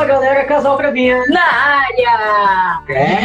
galera, Casal Bravinha na área!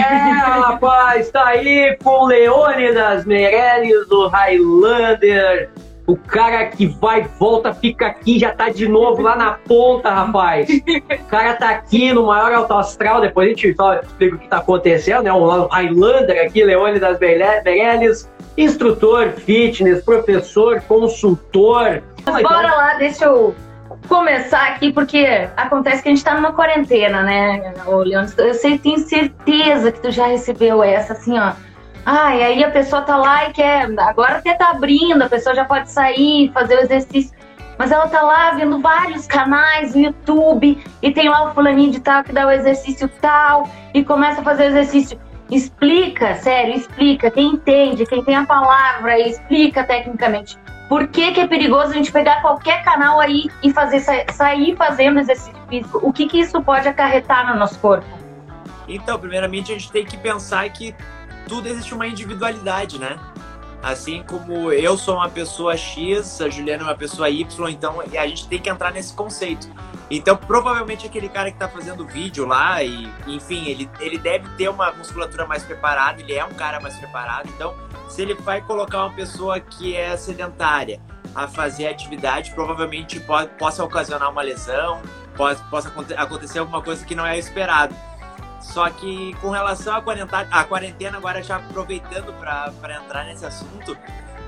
Rapaz, tá aí com o Leônidas Meirelles, o Highlander, o cara que vai, volta, fica aqui, já tá de novo lá na ponta, rapaz. O cara tá aqui no maior alto astral, depois a gente só explica o que tá acontecendo, né? O Highlander aqui, Leônidas Meirelles, instrutor, fitness, professor, consultor. Bora lá, deixa eu começar aqui, porque acontece que a gente tá numa quarentena, né, ô Leônidas? Eu tenho certeza que tu já recebeu essa, assim, ó. Ah, e aí a pessoa tá lá e quer... Agora até tá abrindo, a pessoa já pode sair, fazer o exercício. Mas ela tá lá vendo vários canais no YouTube e tem lá o fulaninho de tal que dá o exercício tal e começa a fazer o exercício. Explica, sério, explica. Quem entende, quem tem a palavra, explica tecnicamente. Por que que é perigoso a gente pegar qualquer canal aí e fazer, sair fazendo exercício físico? O que que isso pode acarretar no nosso corpo? Então, primeiramente, a gente tem que pensar que tudo existe uma individualidade, né? Assim como eu sou uma pessoa X, a Juliana é uma pessoa Y, então a gente tem que entrar nesse conceito. Então, provavelmente aquele cara que tá fazendo vídeo lá, e enfim, ele deve ter uma musculatura mais preparada, ele é um cara mais preparado. Então, se ele vai colocar uma pessoa que é sedentária a fazer atividade, provavelmente possa ocasionar uma lesão, possa acontecer alguma coisa que não é esperado. Só que com relação à quarentena, agora já aproveitando para entrar nesse assunto,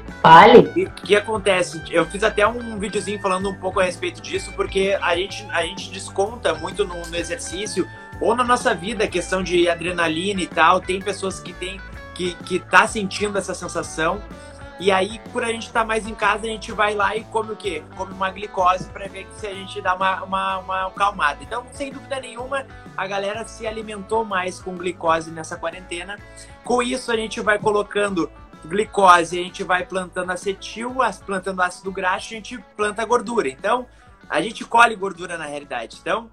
Fale. o que acontece? Eu fiz até um videozinho falando um pouco a respeito disso, porque a gente desconta muito no exercício ou na nossa vida a questão de adrenalina e tal. Tem pessoas que tá sentindo essa sensação. E aí, por a gente estar mais em casa, a gente vai lá e come o quê? Come uma glicose para ver se a gente dá uma acalmada. Então, sem dúvida nenhuma, a galera se alimentou mais com glicose nessa quarentena. Com isso, a gente vai colocando glicose, a gente vai plantando acetil, plantando ácido graxo, a gente planta gordura. Então, a gente colhe gordura na realidade. Então,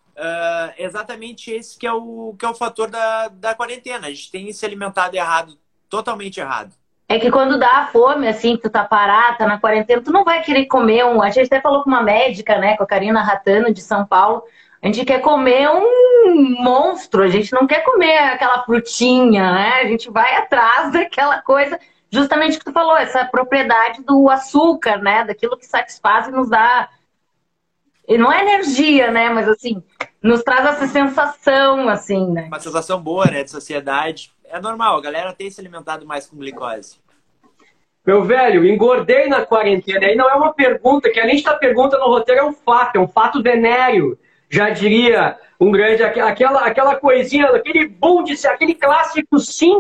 exatamente esse que é o fator da quarentena. A gente tem se alimentado errado, totalmente errado. É que quando dá a fome, assim, que tu tá parada, tá na quarentena, tu não vai querer comer A gente até falou com uma médica, né, com a Karina Ratano, de São Paulo, a gente quer comer um monstro, a gente não quer comer aquela frutinha, né? A gente vai atrás daquela coisa, justamente o que tu falou, essa propriedade do açúcar, né, daquilo que satisfaz e nos dá... E não é energia, né, mas assim, nos traz essa sensação, assim, né? Uma sensação boa, né, de saciedade. É normal, a galera tem se alimentado mais com glicose. Meu velho, engordei na quarentena. Aí não é uma pergunta, que além de estar pergunta no roteiro, é um fato venéreo. Já diria um grande, aquela coisinha, aquele boom de aquele clássico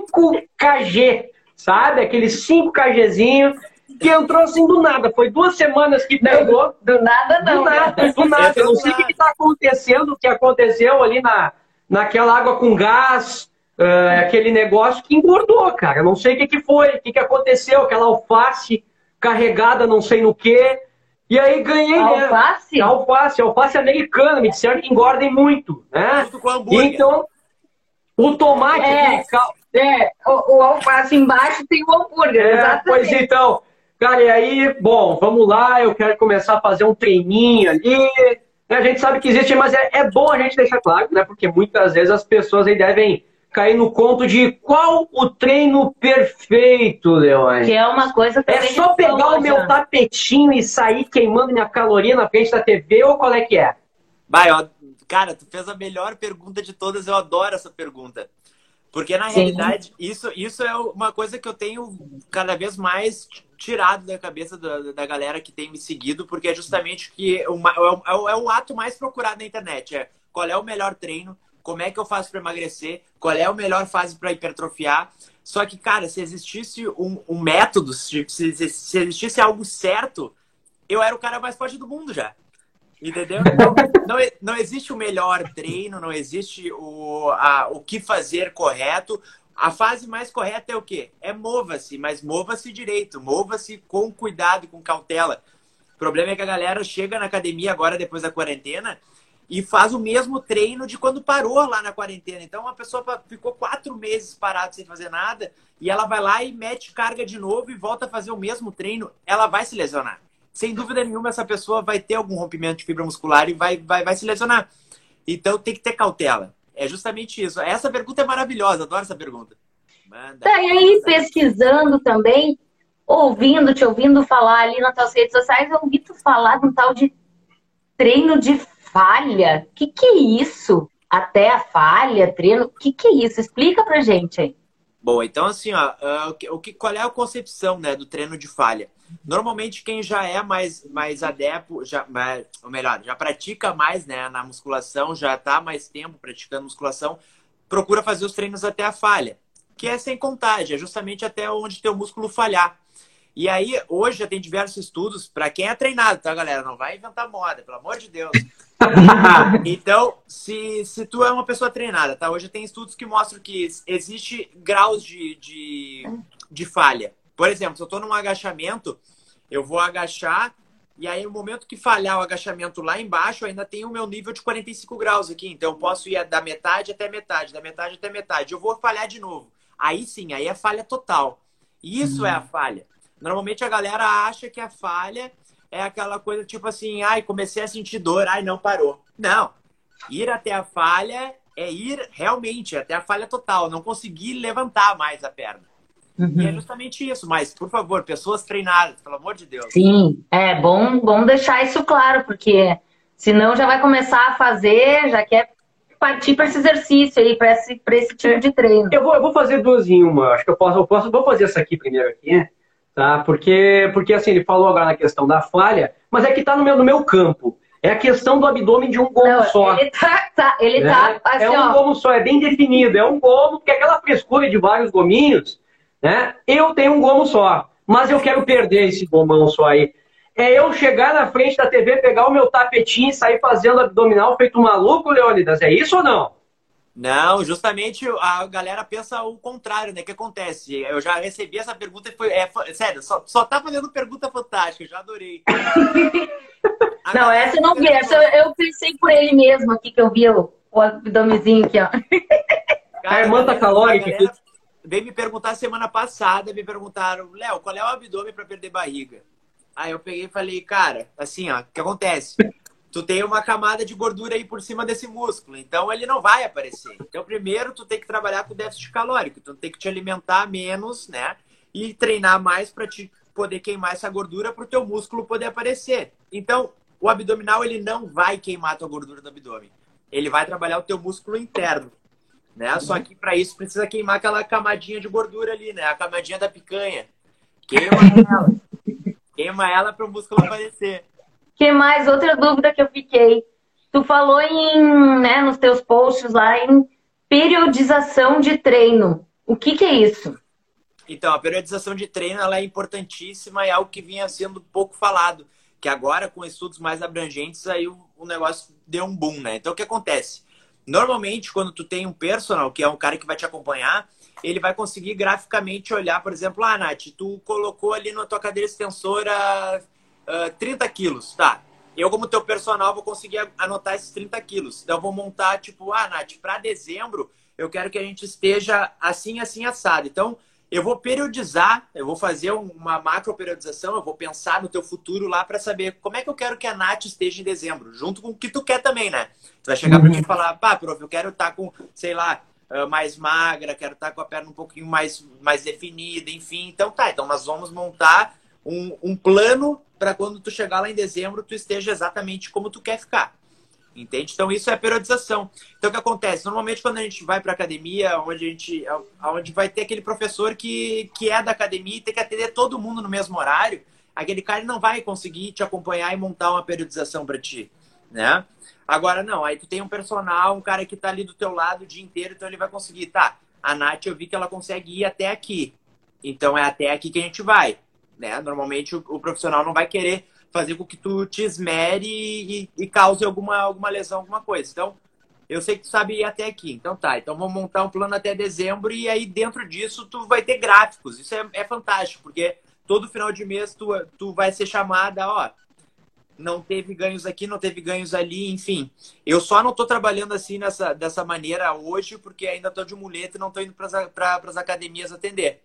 5kg, sabe? Aquele 5kgzinho que entrou assim do nada. Foi 2 semanas que pegou. Do nada não. Do nada. Eu não sei o que está acontecendo, o que aconteceu ali naquela água com gás. Aquele negócio que engordou, cara. Eu não sei o que foi, o que aconteceu, aquela alface carregada não sei no que. E aí ganhei, alface? Né? Alface americana, me disseram que engordem muito, né? Junto com hambúrguer. Então, o tomate... o alface embaixo tem o hambúrguer, exatamente. Pois então, cara, e aí, bom, vamos lá, eu quero começar a fazer um treininho ali. A gente sabe que existe, mas é bom a gente deixar claro, né? Porque muitas vezes as pessoas aí devem cair no conto de qual o treino perfeito, Leone. Que é uma coisa que... É só pegar o meu tapetinho e sair queimando minha caloria na frente da TV ou qual é que é? Cara, tu fez a melhor pergunta de todas, eu adoro essa pergunta. Porque, na realidade, isso é uma coisa que eu tenho cada vez mais tirado da cabeça da galera que tem me seguido, porque é justamente que é o ato mais procurado na internet. Qual é o melhor treino, como é que eu faço para emagrecer, qual é a melhor fase para hipertrofiar. Só que, cara, se existisse um método, se existisse algo certo, eu era o cara mais forte do mundo já. Entendeu? Não existe o melhor treino, não existe o que fazer correto. A fase mais correta é o quê? É mova-se, mas mova-se direito, mova-se com cuidado e com cautela. O problema é que a galera chega na academia agora, depois da quarentena, e faz o mesmo treino de quando parou lá na quarentena. Então, uma pessoa ficou 4 meses parada sem fazer nada, e ela vai lá e mete carga de novo e volta a fazer o mesmo treino, ela vai se lesionar. Sem dúvida nenhuma, essa pessoa vai ter algum rompimento de fibra muscular e vai se lesionar. Então tem que ter cautela. É justamente isso. Essa pergunta é maravilhosa, adoro essa pergunta. Manda. Tá, e aí, pesquisando também, te ouvindo falar ali nas tuas redes sociais, eu ouvi tu falar de um tal de treino de falha. Que é isso? Até a falha, treino, que é isso? Explica pra gente aí. Bom, então assim, ó, qual é a concepção, né, do treino de falha? Normalmente quem já é mais adepto, ou melhor, já pratica mais, né, na musculação, já está mais tempo praticando musculação, procura fazer os treinos até a falha, que é sem contagem, é justamente até onde teu músculo falhar. E aí, hoje já tem diversos estudos, para quem é treinado, tá, galera? Não vai inventar moda, pelo amor de Deus. Então, se tu é uma pessoa treinada, tá? Hoje tem estudos que mostram que existe graus de falha. Por exemplo, se eu tô num agachamento, eu vou agachar e aí no momento que falhar o agachamento lá embaixo, eu ainda tenho o meu nível de 45 graus aqui. Então, eu posso ir da metade até metade, da metade até metade. Eu vou falhar de novo. Aí sim, aí é falha total. Isso é a falha. Normalmente a galera acha que a falha é aquela coisa tipo assim, ai, comecei a sentir dor, ai, não parou. Não. Ir até a falha é ir realmente até a falha total, não conseguir levantar mais a perna. E é justamente isso, mas, por favor, pessoas treinadas, pelo amor de Deus. Sim, é bom deixar isso claro, porque senão já vai começar a fazer, já quer partir para esse exercício aí, para esse tipo de treino. Eu vou fazer duas em uma, acho que vou fazer essa aqui primeiro aqui, né? Tá? Porque assim, ele falou agora na questão da falha, mas é que tá no meu campo. É a questão do abdômen de um gomo só. Ele tá assim, é um gomo só, é bem definido. É um gomo, porque aquela frescura de vários gominhos, né? Eu tenho um gomo só, mas eu quero perder esse gomão só aí. É eu chegar na frente da TV, pegar o meu tapetinho e sair fazendo abdominal feito um maluco, Leônidas. É isso ou não? Não, justamente a galera pensa o contrário, né? O que acontece? Eu já recebi essa pergunta e foi... sério, só tá fazendo pergunta fantástica, eu já adorei. Não, essa eu não vi. Essa eu pensei por ele mesmo aqui, que eu vi o abdomezinho aqui, ó. Cara, a irmã tá calórica aqui. Veio me perguntar semana passada, me perguntaram, Léo, qual é o abdômen para perder barriga? Aí eu peguei e falei, cara, assim, ó, o que acontece? Tu tem uma camada de gordura aí por cima desse músculo, então ele não vai aparecer. Então, primeiro, tu tem que trabalhar com déficit calórico, tu tem que te alimentar menos, né? E treinar mais para te poder queimar essa gordura para o teu músculo poder aparecer. Então, o abdominal, ele não vai queimar a tua gordura do abdômen. Ele vai trabalhar o teu músculo interno, né? Só que para isso precisa queimar aquela camadinha de gordura ali, né? A camadinha da picanha. Queima ela. Queima ela para o músculo aparecer. Que mais? Outra dúvida que eu fiquei. Tu falou né, nos teus posts lá em periodização de treino. O que é isso? Então, a periodização de treino ela é importantíssima e é algo que vinha sendo pouco falado. Que agora, com estudos mais abrangentes, aí o negócio deu um boom, né? Então, o que acontece? Normalmente, quando tu tem um personal, que é um cara que vai te acompanhar, ele vai conseguir graficamente olhar, por exemplo, Nath, tu colocou ali na tua cadeira extensora 30 quilos, tá? Eu, como teu personal, vou conseguir anotar esses 30 quilos. Então, eu vou montar, tipo, Nath, para dezembro, eu quero que a gente esteja assim, assim, assado. Então, eu vou periodizar, eu vou fazer uma macro periodização, eu vou pensar no teu futuro lá para saber como é que eu quero que a Nath esteja em dezembro, junto com o que tu quer também, né? Tu vai chegar para mim e falar, pá, prof, eu quero estar com, sei lá, mais magra, quero estar com a perna um pouquinho mais definida, enfim. Então tá, então nós vamos montar um plano para quando tu chegar lá em dezembro, tu esteja exatamente como tu quer ficar. Entende? Então, isso é a periodização. Então, o que acontece? Normalmente, quando a gente vai para academia, onde vai ter aquele professor que é da academia e tem que atender todo mundo no mesmo horário, aquele cara não vai conseguir te acompanhar e montar uma periodização para ti, né? Agora, não. Aí tu tem um personal, um cara que tá ali do teu lado o dia inteiro, então ele vai conseguir. Tá, a Nath, eu vi que ela consegue ir até aqui. Então, é até aqui que a gente vai, né? Normalmente, o profissional não vai querer fazer com que tu te esmere e cause alguma lesão, alguma coisa. Então, eu sei que tu sabe ir até aqui. Então tá, então vamos montar um plano até dezembro e aí dentro disso tu vai ter gráficos. Isso é fantástico, porque todo final de mês tu vai ser chamada, ó, não teve ganhos aqui, não teve ganhos ali, enfim. Eu só não tô trabalhando assim dessa maneira hoje porque ainda tô de muleta e não tô indo para as academias atender.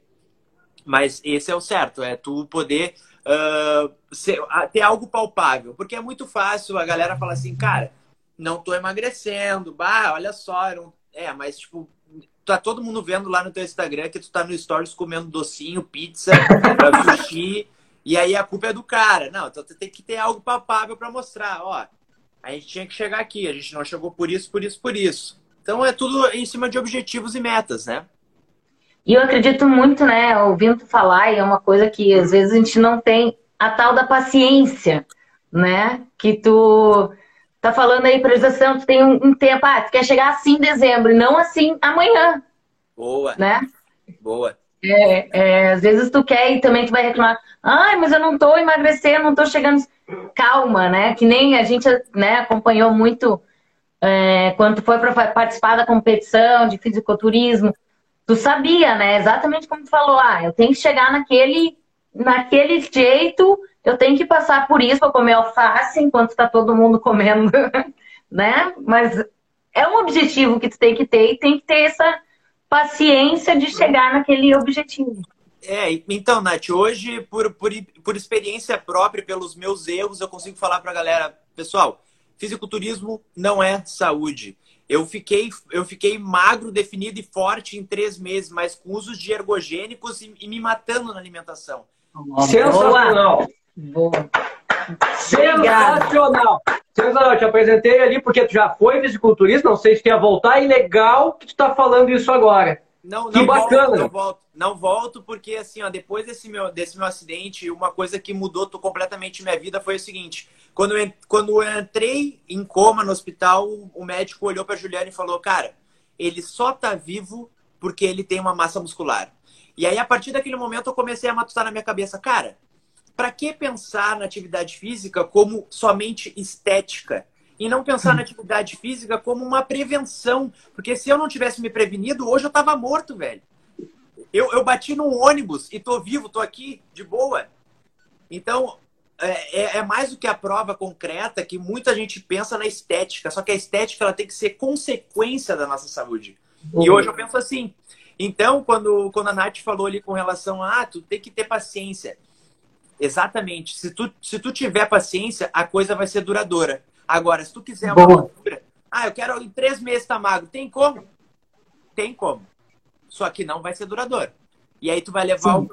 Mas esse é o certo, é tu poder ter algo palpável. Porque é muito fácil a galera falar assim, cara, não tô emagrecendo, bah, olha só, eu não... mas tipo, tá todo mundo vendo lá no teu Instagram que tu tá no Stories comendo docinho, pizza, sushi, e aí a culpa é do cara. Não, então tu tem que ter algo palpável pra mostrar, ó, a gente tinha que chegar aqui, a gente não chegou por isso, por isso, por isso. Então é tudo em cima de objetivos e metas, né? E eu acredito muito, né, ouvindo tu falar, e é uma coisa que às vezes a gente não tem a tal da paciência, né? Que tu tá falando aí, priorização, tu tem um tempo, tu quer chegar assim em dezembro, e não assim amanhã, Boa, né? boa. Às vezes tu quer e também tu vai reclamar, ai, mas eu não tô emagrecendo, não tô chegando. Calma, né? Que nem a gente, né, acompanhou muito quando tu foi para participar da competição de fisiculturismo. Tu sabia, né? Exatamente como tu falou, eu tenho que chegar naquele jeito, eu tenho que passar por isso, vou comer alface enquanto tá todo mundo comendo, né? Mas é um objetivo que tu tem que ter e tem que ter essa paciência de chegar naquele objetivo. Então, Nath, hoje, por experiência própria, pelos meus erros, eu consigo falar pra galera, pessoal, fisiculturismo não é saúde. Eu fiquei magro, definido e forte em 3 meses, mas com usos de ergogênicos e me matando na alimentação. Sensacional! Boa. Sensacional! Sensacional, eu te apresentei ali porque tu já foi fisiculturista, não sei se tu ia voltar, e legal que tu tá falando isso agora. Que bacana! Não volto porque, assim, ó, depois desse meu acidente, uma coisa que mudou completamente minha vida foi o seguinte. Quando eu entrei em coma no hospital, o médico olhou pra Juliana e falou, cara, ele só tá vivo porque ele tem uma massa muscular. E aí, a partir daquele momento, eu comecei a matutar na minha cabeça, cara, pra que pensar na atividade física como somente estética? E não pensar na atividade física como uma prevenção. Porque se eu não tivesse me prevenido, hoje eu tava morto, velho. Eu bati num ônibus e tô vivo, tô aqui, de boa. Então, é mais do que a prova concreta que muita gente pensa na estética. Só que a estética ela tem que ser consequência da nossa saúde. E hoje eu penso assim. Então, quando a Nath falou ali com relação a tu tem que ter paciência. Exatamente. Se tu tiver paciência, a coisa vai ser duradoura. Agora, se tu quiser uma loucura, eu quero em 3 meses estar magro. Tem como? Tem como. Só que não vai ser duradouro. E aí tu vai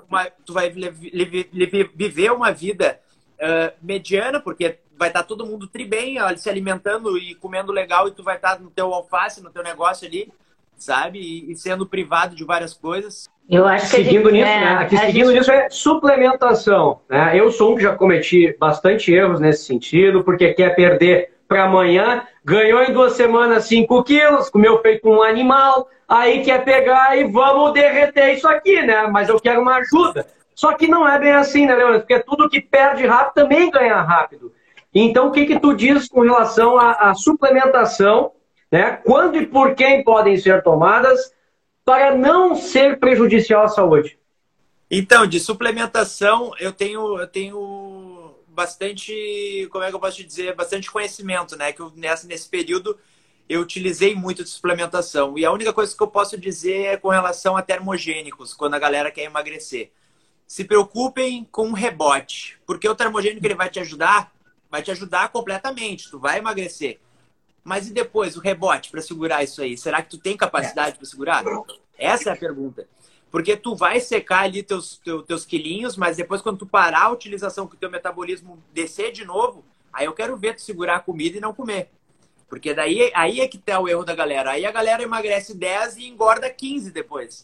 viver uma vida mediana, porque vai estar todo mundo bem, se alimentando e comendo legal, e tu vai estar no teu alface, no teu negócio ali, sabe? E sendo privado de várias coisas. Eu acho que seguindo nisso é suplementação, né? Eu sou um que já cometi bastante erros nesse sentido, porque quer perder para amanhã, ganhou em 2 semanas 5 quilos, comeu feito um animal, aí quer pegar e vamos derreter isso aqui, né? Mas eu quero uma ajuda. Só que não é bem assim, né, Leandro? Porque tudo que perde rápido também ganha rápido. Então, o que tu diz com relação à suplementação, né? Quando e por quem podem ser tomadas para não ser prejudicial à saúde? Então, de suplementação, eu tenho bastante, como é que eu posso te dizer, bastante conhecimento, né? Que nesse período eu utilizei muito de suplementação. E a única coisa que eu posso dizer é com relação a termogênicos, quando a galera quer emagrecer. Se preocupem com o rebote, porque o termogênico ele vai te ajudar completamente, tu vai emagrecer. Mas e depois, o rebote para segurar isso aí? Será que tu tem capacidade para segurar? Essa é a pergunta. Porque tu vai secar ali teus quilinhos, mas depois quando tu parar a utilização, que o teu metabolismo descer de novo, aí eu quero ver tu segurar a comida e não comer. Porque daí aí é que tá o erro da galera. Aí a galera emagrece 10 e engorda 15 depois.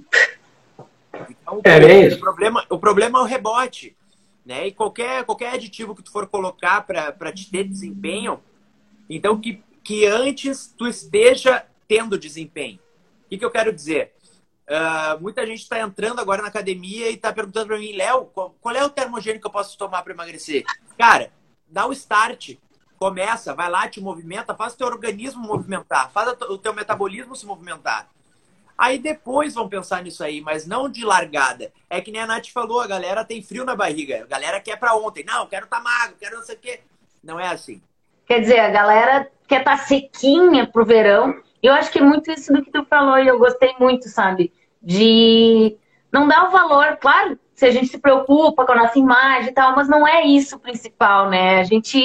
Então, o problema é o rebote. Né? E qualquer aditivo que tu for colocar para te ter desempenho, então que antes tu esteja tendo desempenho. O que eu quero dizer? Muita gente está entrando agora na academia e está perguntando para mim, Léo, qual é o termogênico que eu posso tomar para emagrecer? Cara, dá o start, começa, vai lá, te movimenta, faz o teu organismo movimentar, faz o teu metabolismo se movimentar. Aí depois vão pensar nisso aí, mas não de largada. É que nem a Nath falou, a galera tem frio na barriga, a galera quer para ontem. Não, quero estar magro, quero não sei o quê. Não é assim. Quer dizer, a galera quer estar sequinha pro verão. Eu acho que é muito isso do que tu falou e eu gostei muito, sabe? De não dar o valor. Claro, se a gente se preocupa com a nossa imagem e tal, mas não é isso o principal, né? A gente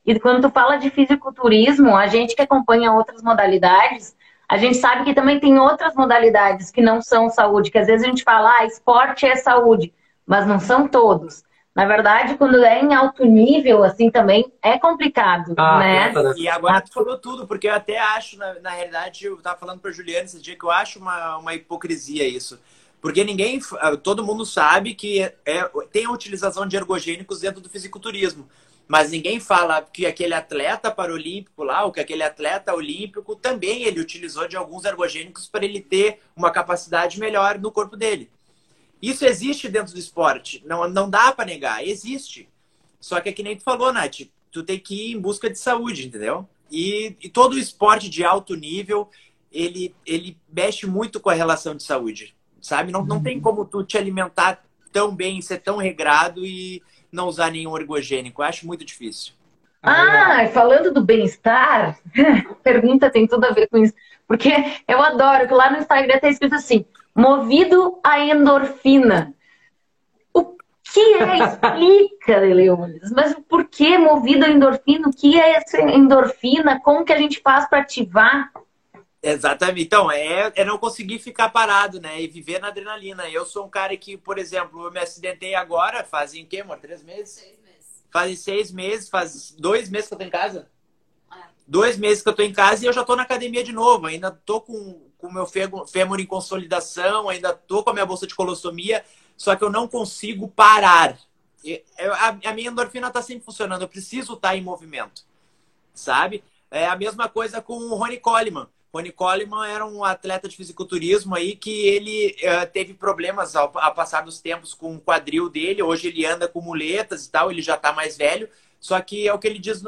E quando tu fala de fisiculturismo, a gente que acompanha outras modalidades, a gente sabe que também tem outras modalidades que não são saúde, que às vezes a gente fala, esporte é saúde, mas não são todos. Na verdade, quando é em alto nível, assim, também é complicado, né? E agora tu falou tudo, porque eu até acho, na realidade, eu tava falando pra Juliana esse dia que eu acho uma hipocrisia isso. Porque todo mundo sabe que tem a utilização de ergogênicos dentro do fisiculturismo. Mas ninguém fala que aquele atleta paralímpico lá, ou que aquele atleta olímpico, também ele utilizou de alguns ergogênicos para ele ter uma capacidade melhor no corpo dele. Isso existe dentro do esporte. Não dá para negar. Existe. Só que é que nem tu falou, Nath. Tu tem que ir em busca de saúde, entendeu? E todo o esporte de alto nível, ele mexe muito com a relação de saúde. Sabe? Não tem como tu te alimentar tão bem, ser tão regrado e não usar nenhum ergogênico. Eu acho muito difícil. Falando do bem-estar, pergunta tem tudo a ver com isso. Porque eu adoro que lá no Instagram tá escrito assim, movido a endorfina. O que é? Explica, Leônidas. Mas por que movido a endorfina? O que é essa endorfina? Como que a gente faz para ativar? Exatamente. Então, é não conseguir ficar parado, né? E viver na adrenalina. Eu sou um cara que, por exemplo, eu me acidentei agora, fazem o quê, amor? 3 meses? 6 meses. Fazem 6 meses, faz 2 meses que eu tô em casa. 2 meses que eu tô em casa e eu já tô na academia de novo. Ainda tô com o meu fêmur em consolidação, ainda tô com a minha bolsa de colosstomia, só que eu não consigo parar. A minha endorfina tá sempre funcionando, eu preciso estar em movimento, sabe? É a mesma coisa com o Ronnie Coleman. Ronnie Coleman era um atleta de fisiculturismo aí que ele teve problemas ao passar dos tempos com o quadril dele. Hoje ele anda com muletas e tal, ele já tá mais velho. Só que é o que ele diz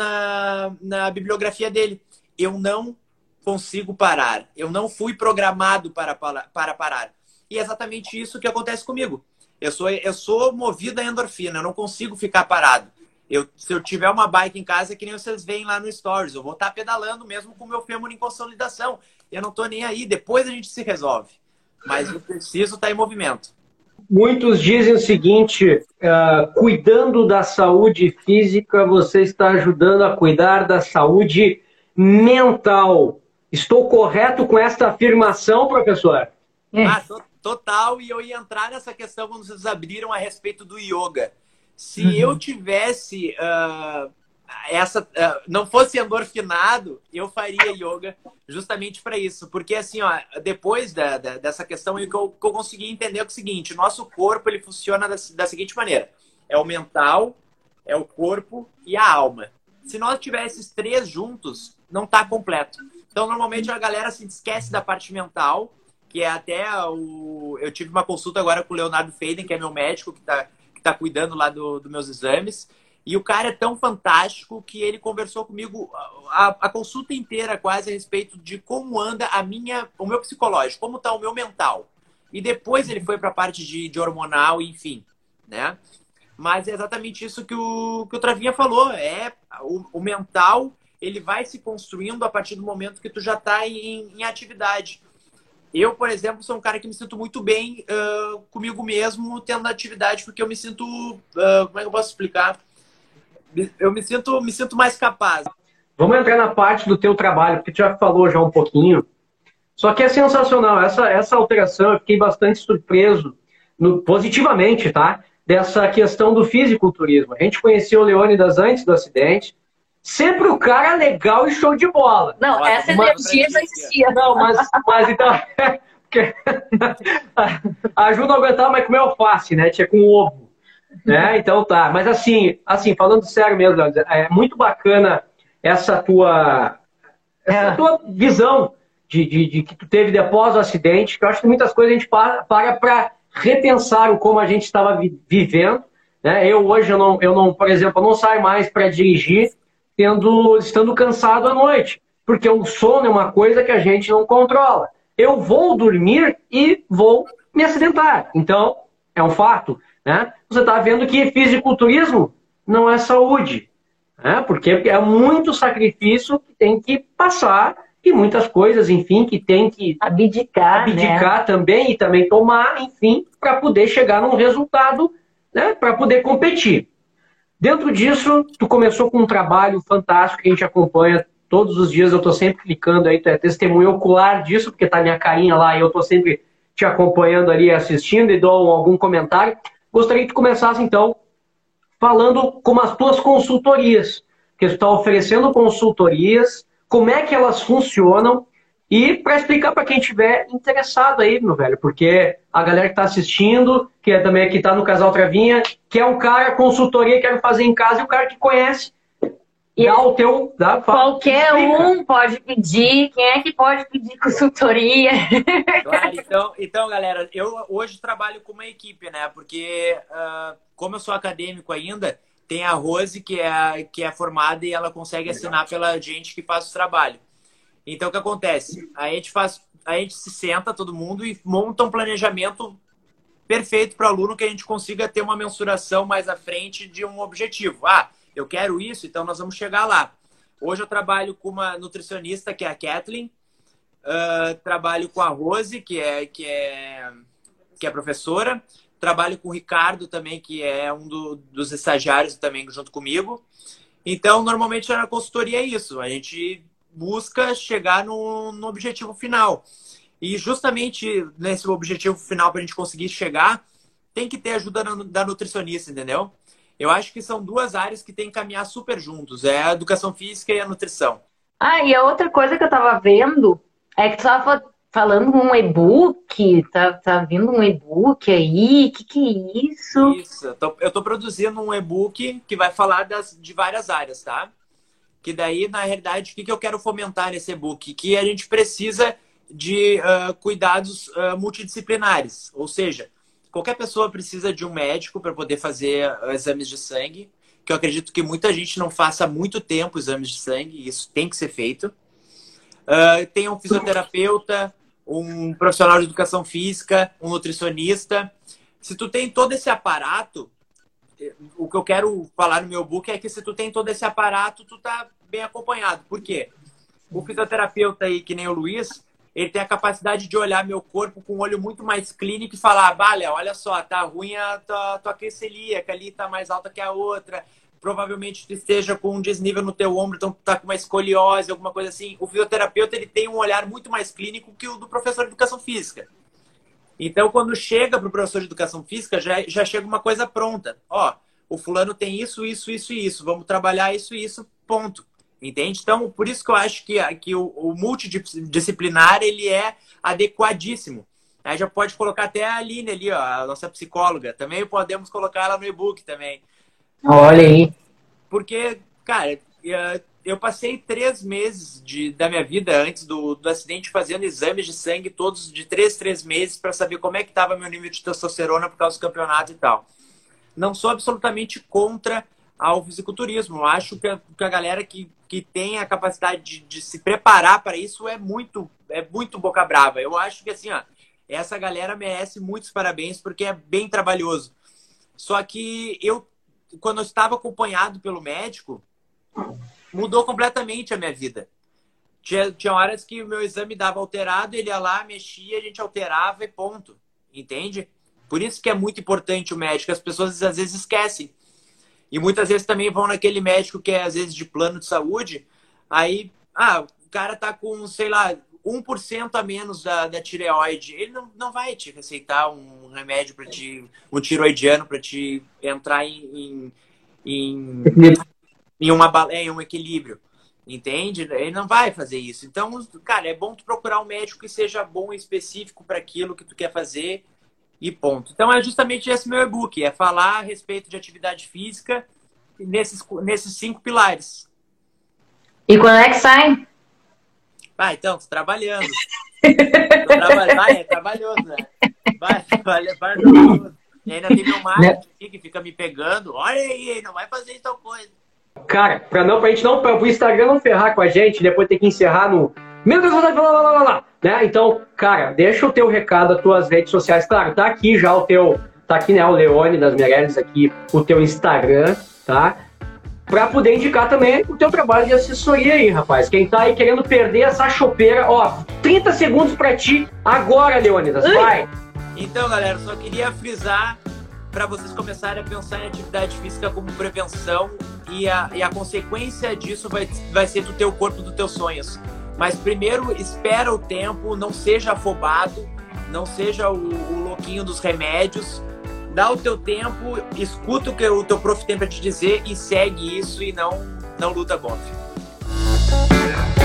na bibliografia dele. Eu não consigo parar. Eu não fui programado para parar. E é exatamente isso que acontece comigo. Eu sou movido a endorfina. Eu não consigo ficar parado. Se eu tiver uma bike em casa, que nem vocês veem lá no Stories, eu vou estar pedalando mesmo com o meu fêmur em consolidação. Eu não estou nem aí. Depois a gente se resolve. Mas eu preciso estar em movimento. Muitos dizem o seguinte, cuidando da saúde física, você está ajudando a cuidar da saúde mental. Estou correto com esta afirmação, professor? Total. E eu ia entrar nessa questão quando vocês abriram a respeito do yoga. Se eu tivesse não fosse endorfinado, eu faria yoga justamente para isso. Porque assim, depois dessa questão que eu consegui entender é o seguinte, nosso corpo ele funciona da seguinte maneira. É o mental, é o corpo e a alma. Se nós tivéssemos esses 3 juntos, não está completo. Então, normalmente, a galera se esquece da parte mental, que é até eu tive uma consulta agora com o Leonardo Feiden, que é meu médico, que tá cuidando lá dos meus exames. E o cara é tão fantástico que ele conversou comigo a consulta inteira quase a respeito de como anda o meu psicológico, como está o meu mental. E depois ele foi para a parte de hormonal, enfim, né? Mas é exatamente isso que o Travinha falou. O mental, ele vai se construindo a partir do momento que tu já está em atividade. Eu, por exemplo, sou um cara que me sinto muito bem comigo mesmo tendo atividade, porque eu me sinto... como é que eu posso explicar? Eu me sinto mais capaz. Vamos entrar na parte do teu trabalho, porque tu já falou já um pouquinho. Só que é sensacional. Essa alteração, eu fiquei bastante surpreso, positivamente, tá? Dessa questão do fisiculturismo. A gente conheceu o Leônidas antes do acidente. Sempre o cara legal e show de bola. Não, essa energia já existia. Não, mas então... ajuda a aguentar, mas comer alface, né? Tinha com ovo. Né? Então tá, mas assim, falando sério mesmo, é muito bacana essa tua visão de que tu teve após o acidente, que eu acho que muitas coisas a gente para repensar o como a gente estava vivendo, né? Eu hoje, por exemplo, eu não saio mais para dirigir estando cansado à noite, porque o sono é uma coisa que a gente não controla. Eu vou dormir e vou me acidentar, então é um fato. Né? Você está vendo que fisiculturismo não é saúde, né? Porque é muito sacrifício que tem que passar e muitas coisas, enfim, que tem que abdicar né? Também e também tomar, enfim, para poder chegar num resultado, né? Para poder competir. Dentro disso, tu começou com um trabalho fantástico que a gente acompanha todos os dias. Eu tô sempre clicando aí, tu é testemunho ocular disso, porque tá minha carinha lá e eu tô sempre te acompanhando ali, assistindo e dou algum comentário. Gostaria que tu começasse, então, falando como as tuas consultorias, que tu está oferecendo consultorias, como é que elas funcionam, e para explicar para quem estiver interessado aí, meu velho, porque a galera que está assistindo, que é também aqui está no Casal Travinha, que é um cara, consultoria, quero fazer em casa, e o cara que conhece, e dá o teu... Qualquer um pode pedir, quem é que pode pedir consultoria? Claro, então, galera, eu hoje trabalho com uma equipe, né, porque como eu sou acadêmico ainda, tem a Rose, que é formada e ela consegue assinar pela gente que faz o trabalho. Então, o que acontece? A gente se senta, todo mundo, e monta um planejamento perfeito para o aluno, que a gente consiga ter uma mensuração mais à frente de um objetivo. Ah, eu quero isso, então nós vamos chegar lá. Hoje eu trabalho com uma nutricionista, que é a Kathleen. Trabalho com a Rose, que é professora. Trabalho com o Ricardo também, que é um dos estagiários também junto comigo. Então, normalmente na consultoria é isso. A gente busca chegar no objetivo final. E justamente nesse objetivo final, para a gente conseguir chegar, tem que ter ajuda da nutricionista, entendeu? Eu acho que são duas áreas que tem que caminhar super juntos. É a educação física e a nutrição. Ah, e a outra coisa que eu tava vendo é que tu tava falando um e-book, tá vindo um e-book aí, que é isso? Isso, eu tô produzindo um e-book que vai falar de várias áreas, tá? Que daí, na realidade, o que eu quero fomentar nesse e-book? Que a gente precisa de cuidados multidisciplinares. Ou seja, qualquer pessoa precisa de um médico para poder fazer exames de sangue, que eu acredito que muita gente não faça há muito tempo exames de sangue, e isso tem que ser feito. Tem um fisioterapeuta, um profissional de educação física, um nutricionista. Se tu tem todo esse aparato, o que eu quero falar no meu book é que se tu tem todo esse aparato, tu tá bem acompanhado. Por quê? O fisioterapeuta aí, que nem o Luiz, ele tem a capacidade de olhar meu corpo com um olho muito mais clínico e falar, Léo, olha só, tá ruim a tua celíaca ali, tá mais alta que a outra. Provavelmente tu esteja com um desnível no teu ombro, então tu tá com uma escoliose, alguma coisa assim. O fisioterapeuta, ele tem um olhar muito mais clínico que o do professor de educação física. Então, quando chega para o professor de educação física, já chega uma coisa pronta. Ó, o fulano tem isso, isso, isso e isso. Vamos trabalhar isso e isso, ponto. Entende? Então, por isso que eu acho que o multidisciplinar, ele é adequadíssimo. Aí já pode colocar até a Aline ali, ó, a nossa psicóloga. Também podemos colocar ela no e-book também. Olha aí. Porque, cara, eu passei 3 meses da minha vida antes do acidente fazendo exames de sangue todos de 3 meses para saber como é que estava meu nível de testosterona por causa do campeonato e tal. Não sou absolutamente contra ao fisiculturismo. Eu acho que a galera que tem a capacidade de se preparar para isso é muito boca brava. Eu acho que assim, ó, essa galera merece muitos parabéns porque é bem trabalhoso. Só que quando eu estava acompanhado pelo médico, mudou completamente a minha vida. Tinha horas que o meu exame dava alterado, ele ia lá, mexia, a gente alterava e ponto. Entende? Por isso que é muito importante o médico. As pessoas às vezes esquecem. E muitas vezes também vão naquele médico que é às vezes de plano de saúde. Aí, o cara tá com, sei lá, 1% a menos da tireoide. Ele não vai te receitar um remédio para ti, um tiroidiano para te entrar em um equilíbrio, entende? Ele não vai fazer isso. Então, cara, é bom tu procurar um médico que seja bom e específico para aquilo que tu quer fazer e ponto. Então, é justamente esse meu e-book, é falar a respeito de atividade física nesses 5 pilares. E quando é que sai? Então, tô trabalhando. É trabalhoso, né? Vai trabalhoso. E ainda tem meu marketing que fica me pegando. Olha aí, não vai fazer tal coisa. Cara, para o Instagram não ferrar com a gente, depois ter que encerrar no... Meu Deus, lá, né? Então, cara, deixa o teu recado, as tuas redes sociais. Claro, tá aqui já o teu... Tá aqui, né, o Leone das Meirelles aqui, o teu Instagram, tá? Pra poder indicar também o teu trabalho de assessoria aí, rapaz. Quem tá aí querendo perder essa chopeira, ó, 30 segundos pra ti agora, Leônidas, vai! Então, galera, só queria frisar para vocês começarem a pensar em atividade física como prevenção e a consequência disso vai ser do teu corpo, dos teus sonhos. Mas primeiro, espera o tempo, não seja afobado, não seja o louquinho dos remédios. Dá o teu tempo, escuta o que o teu prof tem para te dizer e segue isso e não luta contra.